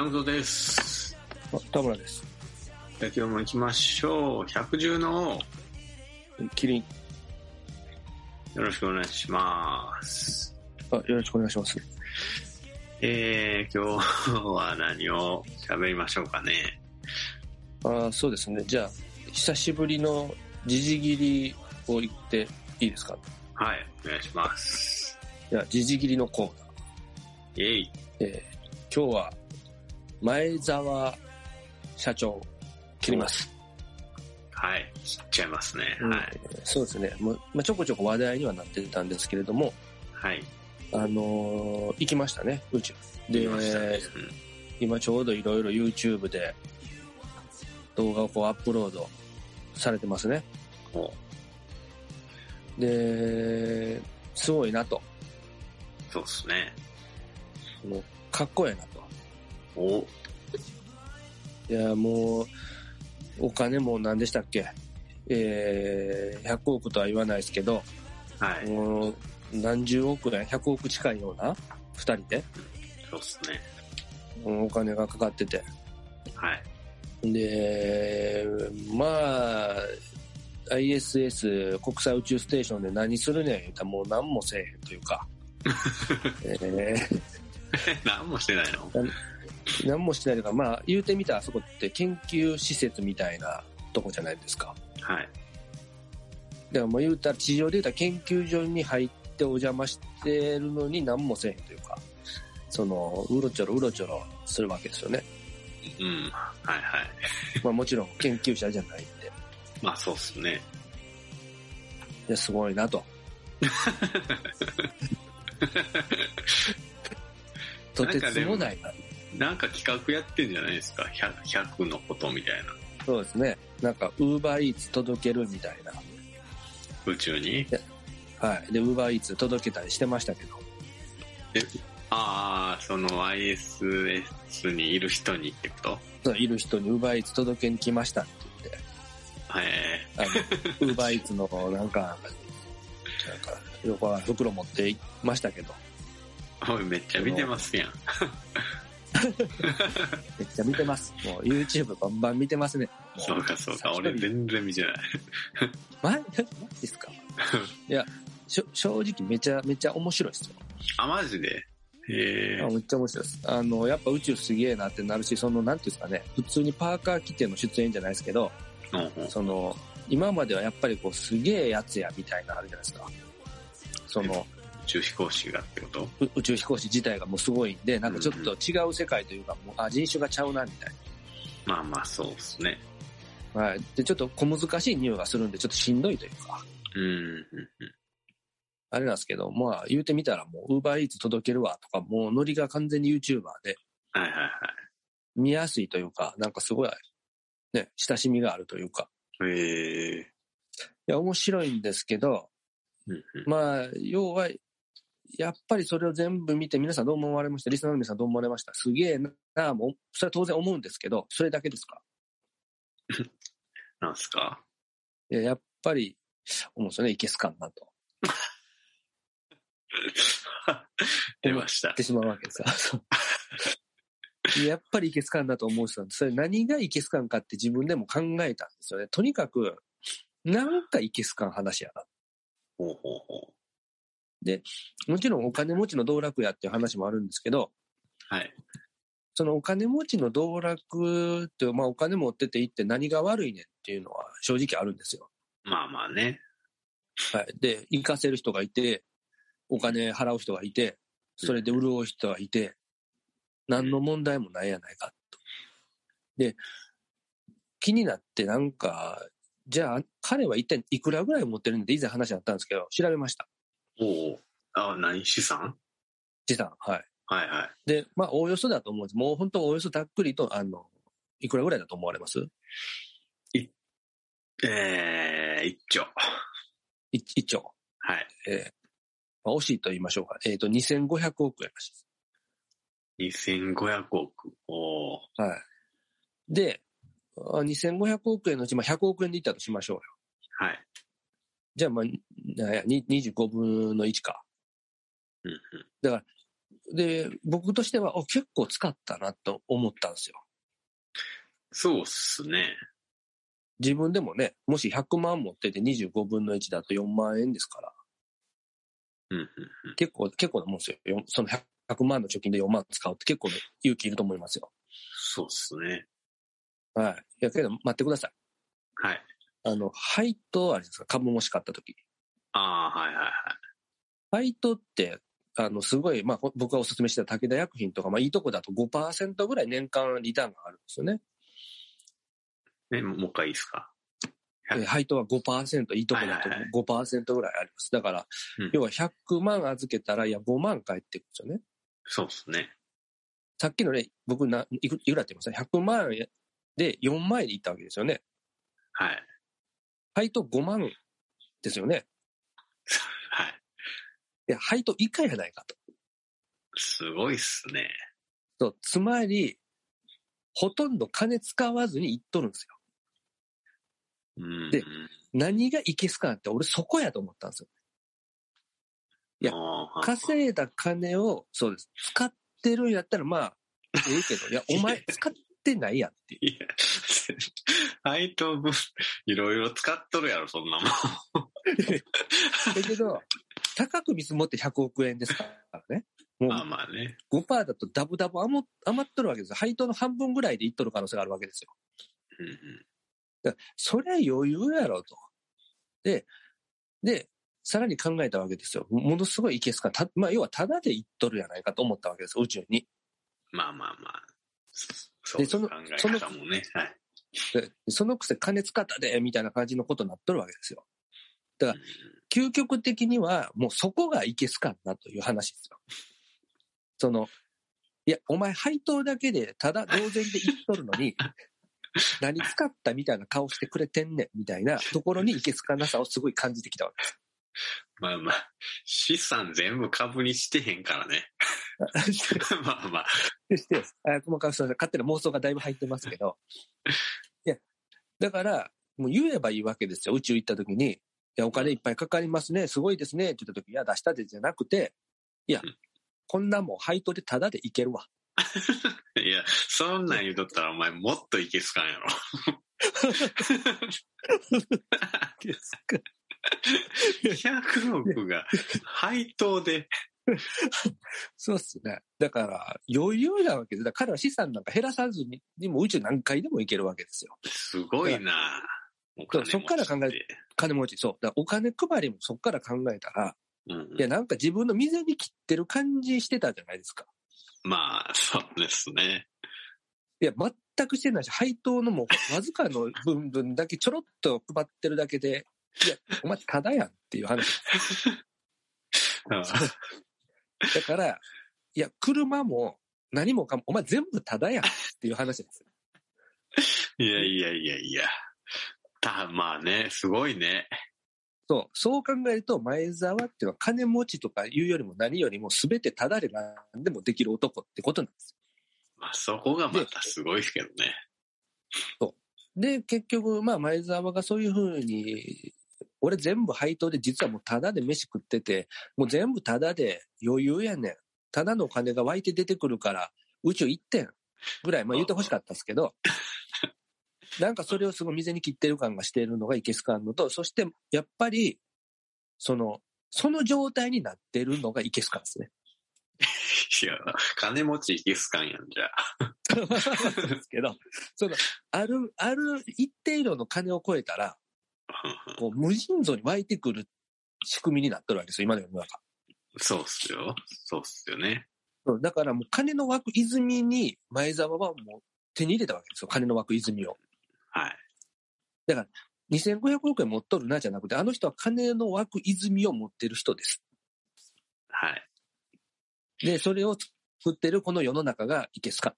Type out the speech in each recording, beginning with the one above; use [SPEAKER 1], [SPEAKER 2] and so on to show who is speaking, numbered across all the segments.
[SPEAKER 1] 山本です。
[SPEAKER 2] 田村です。
[SPEAKER 1] じゃあ今日も行きましょう。百獣の
[SPEAKER 2] キリン。
[SPEAKER 1] よろしくお願いします。
[SPEAKER 2] よろしくお願いします。
[SPEAKER 1] 今日は何を喋りましょうかね。
[SPEAKER 2] そうですね。じゃあ久しぶりの時事切りを言っていいですか。
[SPEAKER 1] はい、お願いします。
[SPEAKER 2] じゃあ時事切りのコーナー。
[SPEAKER 1] イエイ。
[SPEAKER 2] 今日は前澤社長切ります。
[SPEAKER 1] はい、切っちゃいますね。はい。
[SPEAKER 2] そうですね。ちょこちょこ話題にはなってたんですけれども、
[SPEAKER 1] はい。
[SPEAKER 2] 行きましたね、宇宙で、今ちょうどいろいろ YouTube で動画をこうアップロードされてますね。で、すごいなと。
[SPEAKER 1] そうですね。
[SPEAKER 2] かっこええなと。いや、もう、お金も何でしたっけ、100億とは言わないですけど、
[SPEAKER 1] はい。
[SPEAKER 2] もう何十億円、100億近いような、2人で。
[SPEAKER 1] そうですね。
[SPEAKER 2] お金がかかってて。
[SPEAKER 1] はい。
[SPEAKER 2] で、ISS 国際宇宙ステーションで何するねん言ったらもう何もせえへんというか。
[SPEAKER 1] 何もしてないの？
[SPEAKER 2] 何もしてないというか、言うてみたらあそこって研究施設みたいなとこじゃないですか。
[SPEAKER 1] はい。
[SPEAKER 2] だから言うたら地上で言うたら研究所に入ってお邪魔してるのに何もせえへんというか、うろちょろするわけですよね。
[SPEAKER 1] うん。はいはい。
[SPEAKER 2] もちろん研究者じゃないんで。
[SPEAKER 1] そうっすね。
[SPEAKER 2] すごいなと。とてつもないな。
[SPEAKER 1] なんか企画やってんじゃないですか。100のことみたいな。
[SPEAKER 2] そうですね。なんかウーバーイーツ届けるみたいな。
[SPEAKER 1] 宇宙に？
[SPEAKER 2] はい。で、ウーバーイーツ届けたりしてましたけど。
[SPEAKER 1] ISS にいる人にってこと？
[SPEAKER 2] そう、いる人にウーバーイーツ届けに来ましたって言って。ウーバーイーツのなんか横は袋持っていましたけど。
[SPEAKER 1] おい、めっちゃ見てますやん。
[SPEAKER 2] めっちゃ見てます。もう YouTube バンバン見てますね。
[SPEAKER 1] そうか。俺全然見てない。
[SPEAKER 2] マジですか？いや、正直めちゃめちゃ面白いですよ。
[SPEAKER 1] マジで？
[SPEAKER 2] めっちゃ面白いです。やっぱ宇宙すげえなってなるし、なんていうんですかね、普通にパーカー着ての出演じゃないですけど、今まではやっぱりすげえやつやみたいなのあるじゃないですか。
[SPEAKER 1] 宇宙飛行士がってこと？
[SPEAKER 2] 宇宙飛行士自体がもうすごいんで、なんかちょっと違う世界というか、もう人種がちゃうなみたい
[SPEAKER 1] な。そうですね。
[SPEAKER 2] はい。で、ちょっと小難しい匂いがするんで、ちょっとしんどいというか。あれなんですけど、言うてみたらもう Uber Eats 届けるわとか、もうノリが完全に YouTuber で。
[SPEAKER 1] はいはいはい。
[SPEAKER 2] 見やすいというか、なんかすごい、ね、親しみがあるというか。いや、面白いんですけど、要は、やっぱりそれを全部見て皆さんどう思われました？リスナーの皆さんどう思われました？すげえな、もう、それは当然思うんですけど、それだけですか？
[SPEAKER 1] なんすか？
[SPEAKER 2] やっぱり、思うんですよね、いけすかんなと。
[SPEAKER 1] 出ました。
[SPEAKER 2] ってしまうわけですよ。やっぱりいけすかんなと思う人なんです。それ何がいけすかんかって自分でも考えたんですよね。とにかく、なんかいけすかん話やな。で、もちろんお金持ちの道楽やっていう話もあるんですけど、
[SPEAKER 1] はい。
[SPEAKER 2] そのお金持ちの道楽って、お金持ってていって何が悪いねんっていうのは正直あるんですよ。
[SPEAKER 1] ね。
[SPEAKER 2] はい。で、行かせる人がいて、お金払う人がいて、それで潤う人がいて、何の問題もないやないかと。で、気になってなんか、じゃあ彼は一体いくらぐらい持ってるんで以前話あったんですけど、調べました。
[SPEAKER 1] 何資産？
[SPEAKER 2] 資産、はい。
[SPEAKER 1] はいはい。
[SPEAKER 2] で、おおよそだと思うんです。もう本当おおよそざっくりと、いくらぐらいだと思われます？
[SPEAKER 1] 1兆。
[SPEAKER 2] 1兆。
[SPEAKER 1] はい。
[SPEAKER 2] 惜しいと言いましょうか。2500億円らしい
[SPEAKER 1] です。2500億。
[SPEAKER 2] はい。で、2500億円のうち100億円でいったとしましょうよ。
[SPEAKER 1] はい。
[SPEAKER 2] じゃあ25分の1か。だからで、僕としては、結構使ったなと思ったんですよ。
[SPEAKER 1] そうっすね。
[SPEAKER 2] 自分でもね、もし100万持ってて25分の1だと4万円ですから。結構なもんですよ。その100万の貯金で4万使うって結構勇気いると思いますよ。
[SPEAKER 1] そうっすね。
[SPEAKER 2] はい。いやけど、待ってください。
[SPEAKER 1] はい。
[SPEAKER 2] 配当あれですか、株もし買ったとき。
[SPEAKER 1] ああ、はいはいはい。
[SPEAKER 2] 配当って、すごい、僕がお勧めした武田薬品とか、いいとこだと 5% ぐらい年間リターンがあるんですよね。
[SPEAKER 1] もう一回いいですか？
[SPEAKER 2] 配当は 5%、いいとこだと 5% ぐらいあります。だから、要は100万預けたら、5万返ってくるんですよね。
[SPEAKER 1] そうですね。
[SPEAKER 2] さっきのね、僕いくらって言いました？ 100 万で4万円でいったわけですよね。
[SPEAKER 1] はい。
[SPEAKER 2] 配当5万ですよね。
[SPEAKER 1] はい。
[SPEAKER 2] で、配当以下やないかと。
[SPEAKER 1] すごいっすね。
[SPEAKER 2] そう、つまり、ほとんど金使わずにいっとるんですよ。で、何がいけすかって俺そこやと思ったんですよ。いや、稼いだ金を、そうです、使ってるんやったらええけど、いや、お前使ってないやんっていう。
[SPEAKER 1] いや、配当分、いろいろ使っとるやろ、そんなもん。
[SPEAKER 2] だけど、高く見積もって100億円ですからね。もう
[SPEAKER 1] まあね。
[SPEAKER 2] 5% だとダブダブ余っとるわけですよ。配当の半分ぐらいでいっとる可能性があるわけですよ。だからそれは余裕やろと。で、さらに考えたわけですよ。ものすごいいけすか。要はタダでいっとるやないかと思ったわけですよ、宇宙に。
[SPEAKER 1] まあ。そういう考え方もね。はい。
[SPEAKER 2] でそのくせ金使ったで、みたいな感じのことになっとるわけですよ。だから、究極的には、もうそこがいけすかんなという話ですよ。いや、お前配当だけでただ同然で言っとるのに、何使ったみたいな顔してくれてんねん、みたいなところにいけすかなさをすごい感じてきたわけです。
[SPEAKER 1] 資産全部株にしてへんからね。
[SPEAKER 2] して、細かく勝手な妄想がだいぶ入ってますけど。いや、だから、もう言えばいいわけですよ。宇宙行った時に、いや、お金いっぱいかかりますね、すごいですね、って言った時、いや、出したでじゃなくて、いや、こんなもん配当でタダでいけるわ。
[SPEAKER 1] いや、そんなん言うとったらお前もっといけすかんやろ。100億が配当で。
[SPEAKER 2] そうっすね。だから余裕なわけです。だから彼は資産なんか減らさずにも宇宙何回でも行けるわけですよ。
[SPEAKER 1] すごいな。
[SPEAKER 2] そっから考えて、金持ち、そう。だからお金配りもそっから考えたら、いや、なんか自分の水に切ってる感じしてたじゃないですか。
[SPEAKER 1] そうですね。
[SPEAKER 2] いや、全くしてないし、配当のもうわずかの分だけちょろっと配ってるだけで、いや、お前ただやんっていう話。だから、いや、車も何もかも、お前全部ただやんっていう話です。
[SPEAKER 1] いや。まあね、すごいね。
[SPEAKER 2] そう考えると、前澤っていうのは金持ちとかいうよりも何よりも全てただで何でもできる男ってことなんです
[SPEAKER 1] よ。そこがまたすごいですけどね。
[SPEAKER 2] で、結局、前澤がそういうふうに、俺全部配当で実はもうタダで飯食ってて、もう全部タダで余裕やねん。タダのお金が湧いて出てくるから宇宙行ってんぐらい言ってほしかったですけど、なんかそれをすごい水に切ってる感がしているのがいけすかんのと、そしてやっぱり、その状態になってるのがいけすかんですね。
[SPEAKER 1] いや、金持ちいけすかんやんじゃあ。
[SPEAKER 2] そうですけど、ある一定量の金を超えたら、こう無尽蔵に湧いてくる仕組みになってるわけですよ、今の世の中。
[SPEAKER 1] そうっすよね。
[SPEAKER 2] だからもう金の湧く泉に前澤はもう手に入れたわけですよ、金の湧く泉を。
[SPEAKER 1] はい。
[SPEAKER 2] だから、2500億円持っとるなじゃなくて、あの人は金の湧く泉を持ってる人です。
[SPEAKER 1] はい。
[SPEAKER 2] で、それを作ってるこの世の中がいけすか。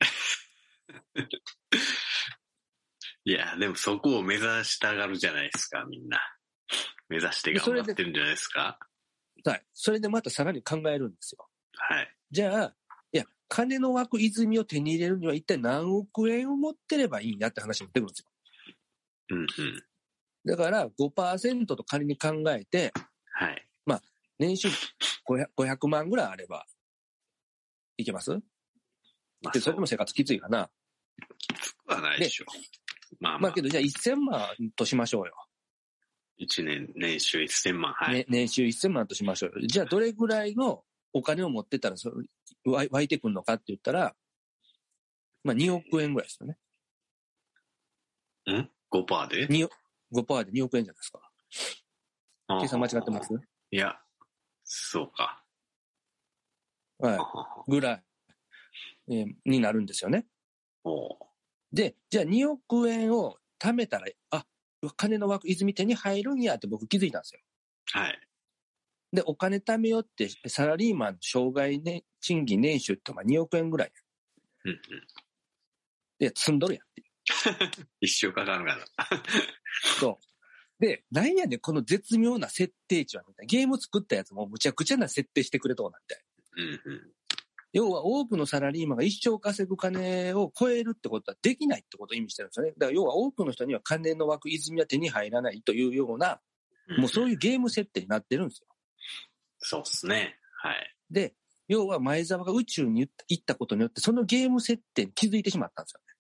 [SPEAKER 1] いや、でもそこを目指したがるじゃないですか、みんな。目指して頑張ってるんじゃないですか。
[SPEAKER 2] はい。それでまたさらに考えるんですよ。
[SPEAKER 1] はい。
[SPEAKER 2] じゃあ、いや、金の湧く泉を手に入れるには一体何億円を持ってればいいんやって話も出てくるんですよ。だから 5% と仮に考えて、
[SPEAKER 1] はい。
[SPEAKER 2] 年収500万ぐらいあれば、 いけます？
[SPEAKER 1] ま
[SPEAKER 2] あ、それでも生活きついかな。
[SPEAKER 1] きつくはないでしょ。
[SPEAKER 2] まあけど、じゃあ1000万としましょうよ。
[SPEAKER 1] 年収1000万、はい。
[SPEAKER 2] 年収1000万としましょうよ。じゃあどれぐらいのお金を持ってたら湧いてくるのかって言ったら、まあ2億円ぐらいですよね。
[SPEAKER 1] 5% で
[SPEAKER 2] 5% で2億円じゃないですか。計算間違ってます？
[SPEAKER 1] いや、そうか。
[SPEAKER 2] はい。ぐらい、になるんですよね。で、じゃあ2億円を貯めたら、金の枠泉手に入るんやって僕気づいたんですよ。
[SPEAKER 1] はい。
[SPEAKER 2] で、お金貯めよってサラリーマン障害、ね、賃金年収って2億円ぐらい。で、積んどるやんっていう。
[SPEAKER 1] 一生かかるから。
[SPEAKER 2] そう。で、なんやねん、この絶妙な設定値はみたいな。ゲーム作ったやつもむちゃくちゃな設定してくれとうなんて。要は多くのサラリーマンが一生稼ぐ金を超えるってことはできないってことを意味してるんですよね。だから要は多くの人には金の枠泉は手に入らないというような、もうそういうゲーム設定になってるんですよ。
[SPEAKER 1] そうですね。はい。
[SPEAKER 2] で、要は前澤が宇宙に行ったことによってそのゲーム設定に気づいてしまったんですよね。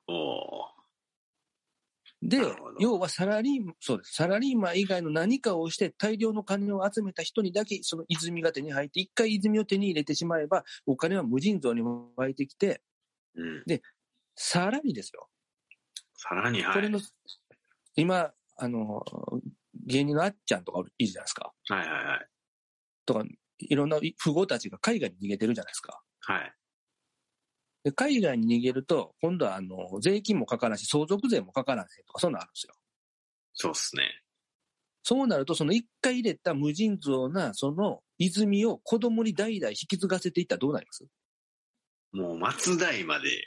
[SPEAKER 2] で、要はサラリーマン以外の何かをして大量の金を集めた人にだけその泉が手に入って、一回泉を手に入れてしまえば、お金は無尽蔵に湧いてきて、で、さらにですよ。
[SPEAKER 1] さらに、はい。
[SPEAKER 2] これの、今、芸人のあっちゃんとかいるじゃないですか。
[SPEAKER 1] はいはいはい。
[SPEAKER 2] とか、いろんな富豪たちが海外に逃げてるじゃないですか。
[SPEAKER 1] はい。
[SPEAKER 2] で、海外に逃げると、今度は税金もかからんし、相続税もかからんしとか、そんなのあるんですよ。
[SPEAKER 1] そうっすね。
[SPEAKER 2] そうなると、その一回入れた無尽蔵な、その泉を子供に代々引き継がせていったらどうなります？
[SPEAKER 1] もう松代まで。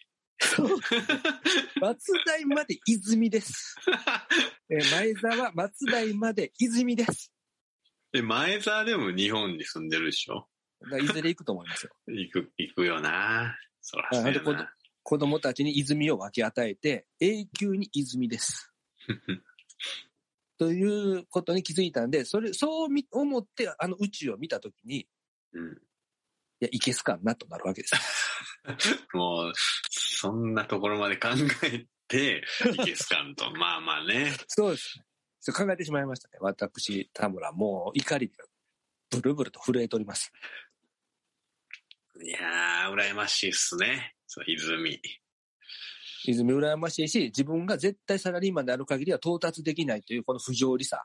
[SPEAKER 2] 松代まで泉です。前澤、松代まで泉です。
[SPEAKER 1] 前澤でも日本に住んでるでしょ？
[SPEAKER 2] いずれ行くと思いますよ。
[SPEAKER 1] 行くよな。そらそうやな。
[SPEAKER 2] 子供たちに泉を分け与えて、永久に泉です。ということに気づいたんで、そう思って宇宙を見たときに、いや、いけすかんなとなるわけです。
[SPEAKER 1] もう、そんなところまで考えて、いけすかんと。まあまあね。
[SPEAKER 2] そうです。そう考えてしまいましたね。私、田村、もう怒りでブルブルと震えております。
[SPEAKER 1] いやー、羨ましいっすね。そう、泉
[SPEAKER 2] 羨ましいし、自分が絶対サラリーマンである限りは到達できないというこの不条理さ。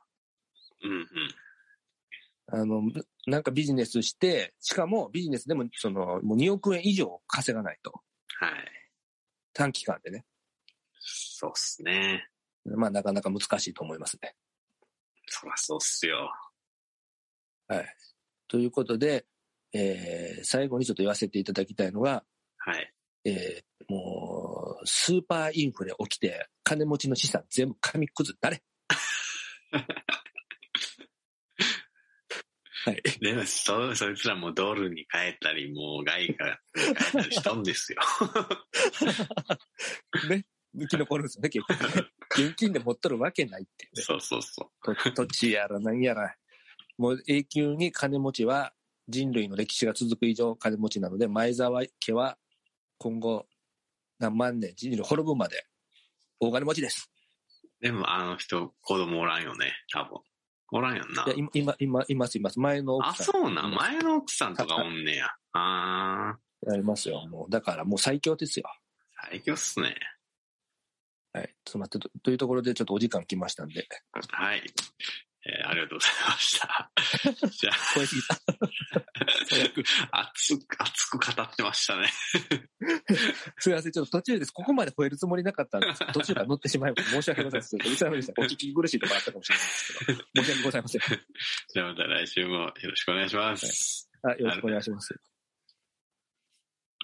[SPEAKER 2] なんかビジネスして、しかもビジネスでももう2億円以上稼がないと。
[SPEAKER 1] はい。
[SPEAKER 2] 短期間でね。
[SPEAKER 1] そうっすね。
[SPEAKER 2] まあなかなか難しいと思いますね。
[SPEAKER 1] そらそうっすよ。
[SPEAKER 2] はい。ということで、最後にちょっと言わせていただきたいのが、
[SPEAKER 1] はい。
[SPEAKER 2] もう、スーパーインフレ起きて、金持ちの資産全部紙くずったれ。はい。
[SPEAKER 1] でも、そいつらもドルに変えたり、もう外貨に変えたりしたんですよ。
[SPEAKER 2] ね。生き残るんですよね、結局。現金で持っとるわけないっていう、ね。
[SPEAKER 1] そうそうそ
[SPEAKER 2] う。土地やら何やら。もう永久に金持ちは人類の歴史が続く以上金持ちなので、前澤家は今後何万年人類滅ぶまで大金持ちです。
[SPEAKER 1] でも人子供おらんよね、多分。おらんよな。
[SPEAKER 2] いや、います。前の奥さん。
[SPEAKER 1] そうなん、前の奥さんとかおんねや。
[SPEAKER 2] ありますよ。もう、だからもう最強ですよ。
[SPEAKER 1] 最強っすね。
[SPEAKER 2] はい。ちょっと待って、というところでちょっとお時間来ましたんで。
[SPEAKER 1] はい。ありがとうございました。じゃあ。
[SPEAKER 2] 超えすぎた。
[SPEAKER 1] 熱く語ってましたね。
[SPEAKER 2] すみません、ちょっと途中です。ここまで吠えるつもりなかったんですけど、途中から乗ってしまい申し訳ございません。うちのでした。お聞き苦しいところあったかもしれないですけど、申し訳ございません。
[SPEAKER 1] じゃあまた来週もよろしくお願いします。
[SPEAKER 2] はい、よろしくお願いします。